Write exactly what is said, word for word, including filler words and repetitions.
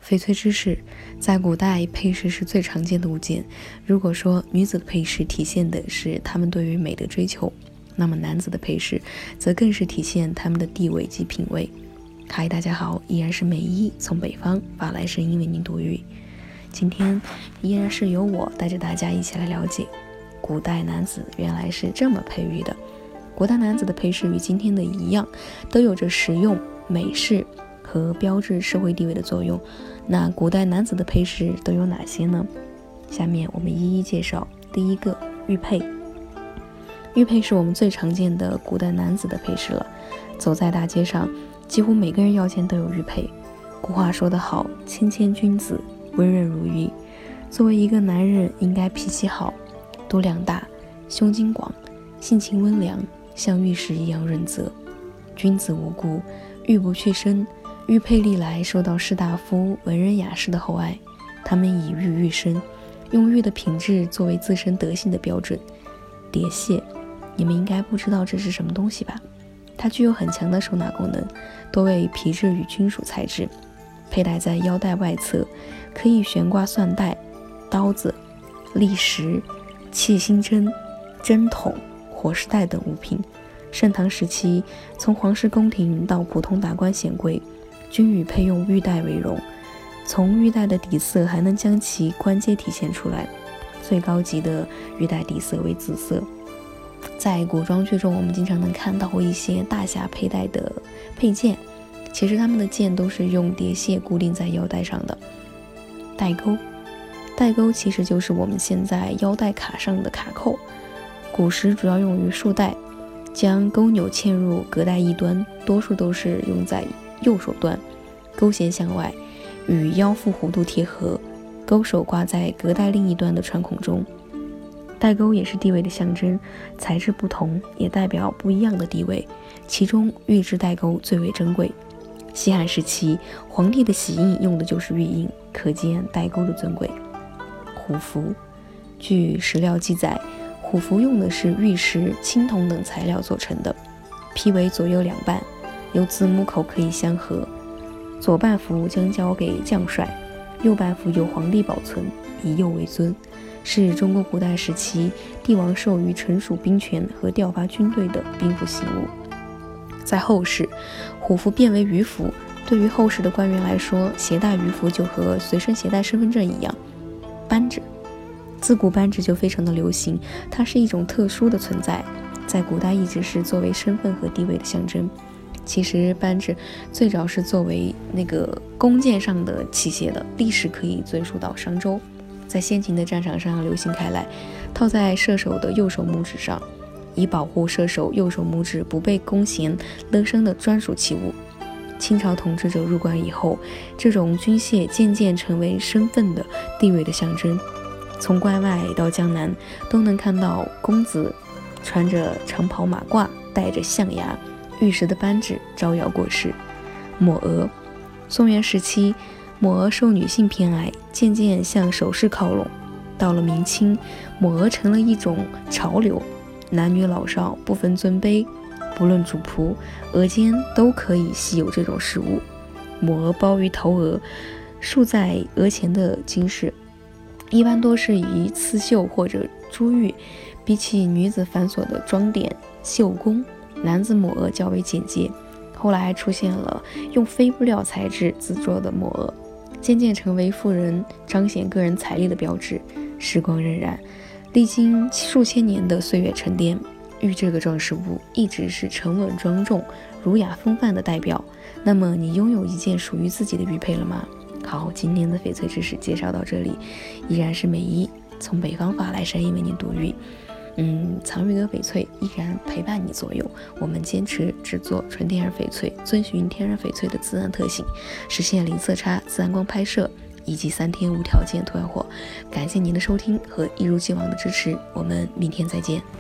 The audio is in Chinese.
翡翠知识，在古代配饰是最常见的物件。如果说女子的配饰体现的是她们对于美的追求，那么男子的配饰则更是体现他们的地位及品味。嗨，大家好，依然是美一从北方发来声音为您读语。今天依然是由我带着大家一起来了解古代男子原来是这么配玉的。古代男子的配饰与今天的一样，都有着实用、美饰和标志社会地位的作用。那古代男子的配饰都有哪些呢？下面我们一一介绍。第一个，玉佩。玉佩是我们最常见的古代男子的配饰了。走在大街上，几乎每个人腰间都有玉佩。古话说得好，谦谦君子，温润如玉。作为一个男人，应该脾气好，度量大，胸襟广，性情温良，像玉石一样润泽。君子无故，玉不去身。玉佩历来受到士大夫、文人雅士的厚爱，他们以玉喻身，用玉的品质作为自身德性的标准。叠蟹，你们应该不知道这是什么东西吧？它具有很强的收纳功能，多为皮质与金属材质，佩戴在腰带外侧，可以悬挂蒜带、刀子、砾石、楔心针、针筒、火石带等物品。盛唐时期，从皇室宫廷到普通达官显贵，均以配用玉带为荣。从玉带的底色还能将其官阶体现出来，最高级的玉带底色为紫色。在古装剧中，我们经常能看到一些大侠佩戴的佩剑，其实他们的剑都是用叠蟹固定在腰带上的。带钩，带钩其实就是我们现在腰带卡上的卡扣，古时主要用于束带，将钩钮嵌入隔带一端，多数都是用在右手段，钩弦向外，与腰腹弧度贴合，钩手挂在隔带另一端的穿孔中。带钩也是地位的象征，材质不同也代表不一样的地位，其中玉质带钩最为珍贵。西汉时期，皇帝的玺印用的就是玉印，可见带钩的尊贵。虎符，据史料记载，虎符用的是玉石、青铜等材料做成的，批为左右两半，有子母口可以相合。左半幅将交给将帅，右半幅由皇帝保存，以右为尊，是中国古代时期帝王授予臣属兵权和调发军队的兵符信物。在后世，虎符变为鱼符，对于后世的官员来说，携带鱼符就和随身携带身份证一样。扳指，自古扳指就非常的流行，它是一种特殊的存在，在古代一直是作为身份和地位的象征。其实扳指最早是作为那个弓箭上的器械的，历史可以追溯到商周，在先秦的战场上流行开来，套在射手的右手拇指上，以保护射手右手拇指不被弓弦勒伤的专属器物。清朝统治者入关以后，这种军械渐渐成为身份的地位的象征。从关外到江南，都能看到公子穿着长袍马褂，戴着象牙，玉石的扳指招摇过市。抹额，宋元时期，抹额受女性偏爱，渐渐向首饰靠拢。到了明清，抹额成了一种潮流，男女老少不分尊卑，不论主仆，额间都可以系有这种饰物。抹额包于头额，束在额前的金饰，一般多是以刺绣或者珠玉。比起女子繁琐的装点绣工，男子抹额较为简洁。后来还出现了用非布料材质制作的抹额，渐渐成为富人彰显个人财力的标志。时光荏苒，历经数千年的岁月沉淀，玉这个装饰物一直是沉稳庄重、儒雅风范的代表。那么你拥有一件属于自己的玉佩了吗？好，今天的翡翠知识介绍到这里，依然是美一从北方发来声音为您读语。嗯，藏玉阁翡翠依然陪伴你左右，我们坚持制作纯天然翡翠，遵循天然翡翠的自然特性，实现零色差、自然光拍摄以及三天无条件退换货。感谢您的收听和一如既往的支持，我们明天再见。